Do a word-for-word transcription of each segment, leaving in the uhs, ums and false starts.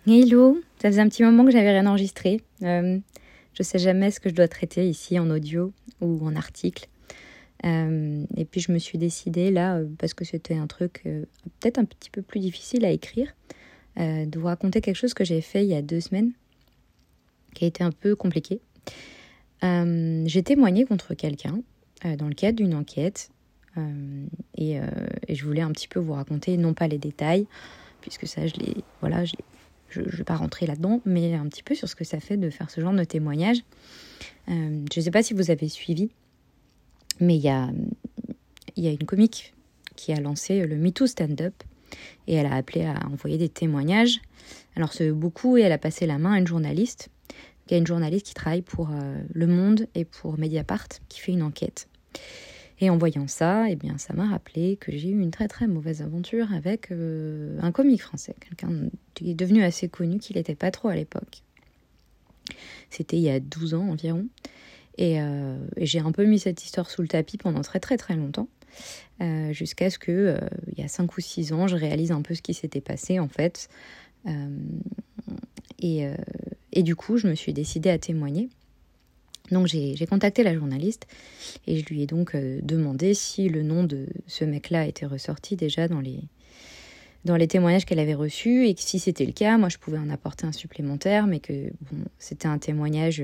Hello, ça faisait un petit moment que j'avais rien enregistré. Euh, je sais jamais ce que je dois traiter ici en audio ou en article. Euh, et puis je me suis décidée là, euh, parce que c'était un truc euh, peut-être un petit peu plus difficile à écrire, euh, de vous raconter quelque chose que j'ai fait il y a deux semaines, qui a été un peu compliqué. Euh, j'ai témoigné contre quelqu'un euh, dans le cadre d'une enquête euh, et, euh, et je voulais un petit peu vous raconter, non pas les détails, puisque ça je l'ai, voilà, je l'ai Je ne vais pas rentrer là-dedans, mais un petit peu sur ce que ça fait de faire ce genre de témoignage. Euh, je ne sais pas si vous avez suivi, mais il y a, y a une comique qui a lancé le MeToo Stand-Up et elle a appelé à envoyer des témoignages. Alors c'est beaucoup et elle a passé la main à une journaliste, qui est une journaliste qui travaille pour euh, Le Monde et pour Mediapart, qui fait une enquête. Et en voyant ça, eh bien, ça m'a rappelé que j'ai eu une très très mauvaise aventure avec euh, un comique français, quelqu'un qui est devenu assez connu, qu'il n'était pas trop à l'époque. C'était il y a douze ans environ. Et, euh, et j'ai un peu mis cette histoire sous le tapis pendant très très très longtemps, euh, jusqu'à ce que, euh, il y a cinq ou six ans, je réalise un peu ce qui s'était passé en fait. Euh, et, euh, et du coup, je me suis décidée à témoigner. Donc j'ai, j'ai contacté la journaliste et je lui ai donc euh, demandé si le nom de ce mec-là était ressorti déjà dans les, dans les témoignages qu'elle avait reçus et que si c'était le cas, moi je pouvais en apporter un supplémentaire, mais que bon, c'était un témoignage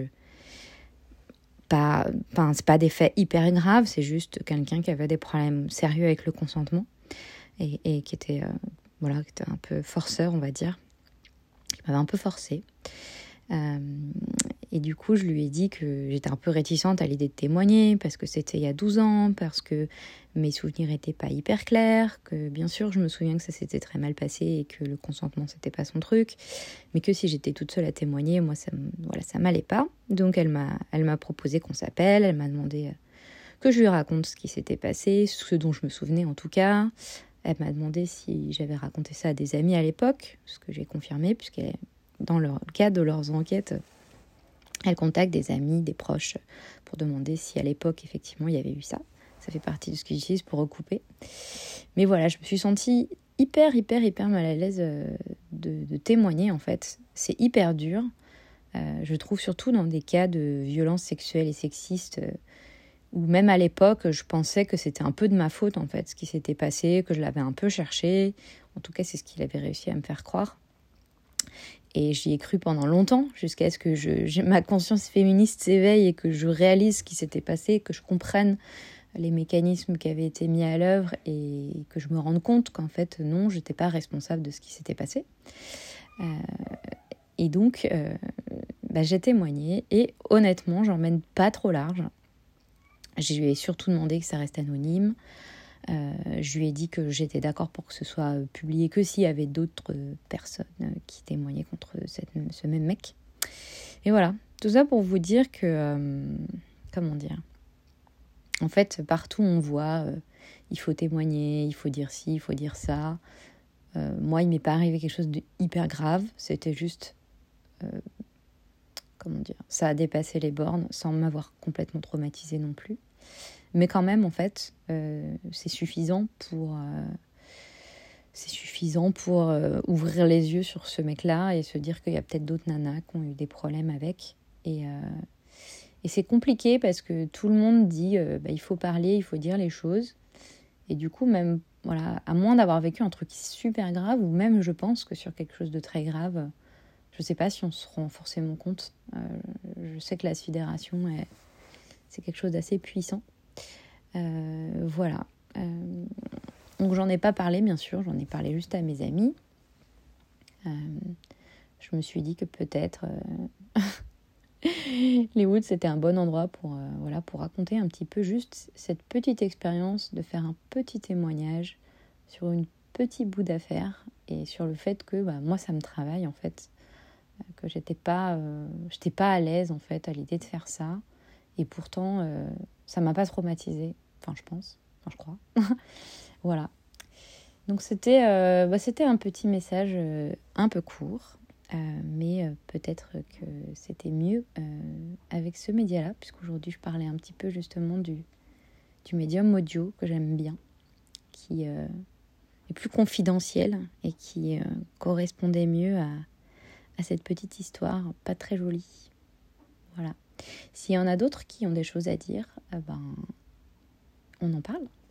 pas, pas, c'est pas des faits hyper graves, c'est juste quelqu'un qui avait des problèmes sérieux avec le consentement et, et qui était, euh, voilà, qui était un peu forceur, on va dire, qui m'avait un peu forcé. Euh, et du coup, je lui ai dit que j'étais un peu réticente à l'idée de témoigner parce que c'était il y a douze ans, parce que mes souvenirs n'étaient pas hyper clairs, que bien sûr, je me souviens que ça s'était très mal passé et que le consentement, c'était pas son truc, mais que si j'étais toute seule à témoigner, moi, ça, voilà, ça m'allait pas. Donc, elle m'a, elle m'a proposé qu'on s'appelle, elle m'a demandé que je lui raconte ce qui s'était passé, ce dont je me souvenais en tout cas. Elle m'a demandé si j'avais raconté ça à des amis à l'époque, ce que j'ai confirmé, puisqu'elle dans le cadre de leurs enquêtes, elles contactent des amis, des proches, pour demander si à l'époque, effectivement, il y avait eu ça. Ça fait partie de ce qu'ils utilisent pour recouper. Mais voilà, je me suis sentie hyper, hyper, hyper mal à l'aise de, de témoigner, en fait. C'est hyper dur. Euh, je trouve surtout dans des cas de violences sexuelles et sexistes, euh, où même à l'époque, je pensais que c'était un peu de ma faute, en fait, ce qui s'était passé, que je l'avais un peu cherché. En tout cas, c'est ce qu'il avait réussi à me faire croire. Et j'y ai cru pendant longtemps, jusqu'à ce que je, je, ma conscience féministe s'éveille et que je réalise ce qui s'était passé, que je comprenne les mécanismes qui avaient été mis à l'œuvre et que je me rende compte qu'en fait, non, je n'étais pas responsable de ce qui s'était passé. Euh, et donc, euh, bah, j'ai témoigné et honnêtement, j'en mène pas trop large. Je lui ai surtout demandé que ça reste anonyme. Euh, je lui ai dit que j'étais d'accord pour que ce soit publié que s'il y avait d'autres personnes qui témoignaient contre cette, ce même mec. Et voilà, tout ça pour vous dire que, euh, comment dire, en fait, partout on voit, euh, il faut témoigner, il faut dire ci, il faut dire ça. Euh, moi, il m'est pas arrivé quelque chose de hyper grave, c'était juste, euh, comment dire, ça a dépassé les bornes sans m'avoir complètement traumatisée non plus. Mais quand même, en fait, euh, c'est suffisant pour, euh, c'est suffisant pour euh, ouvrir les yeux sur ce mec-là et se dire qu'il y a peut-être d'autres nanas qui ont eu des problèmes avec. Et, euh, et c'est compliqué parce que tout le monde dit euh, bah, il faut parler, il faut dire les choses. Et du coup, même, voilà, à moins d'avoir vécu un truc super grave, ou même je pense que sur quelque chose de très grave, je ne sais pas si on se rend forcément compte. Euh, je sais que la sidération, est, c'est quelque chose d'assez puissant. Euh, voilà. Euh, donc j'en ai pas parlé, bien sûr, j'en ai parlé juste à mes amis. Euh, je me suis dit que peut-être euh, les Woods c'était un bon endroit pour, euh, voilà, pour raconter un petit peu juste cette petite expérience, de faire un petit témoignage sur une petite bout d'affaire et sur le fait que bah, moi ça me travaille en fait, que j'étais pas, euh, j'étais pas à l'aise en fait à l'idée de faire ça et pourtant euh, ça m'a pas traumatisée. Enfin, je pense. Enfin, je crois. Voilà. Donc, c'était, euh, bah, c'était un petit message euh, un peu court. Euh, mais euh, peut-être que c'était mieux euh, avec ce média-là, puisqu'aujourd'hui, je parlais un petit peu justement du, du médium audio que j'aime bien, qui euh, est plus confidentiel et qui euh, correspondait mieux à, à cette petite histoire pas très jolie. Voilà. S'il y en a d'autres qui ont des choses à dire, eh ben, on en parle.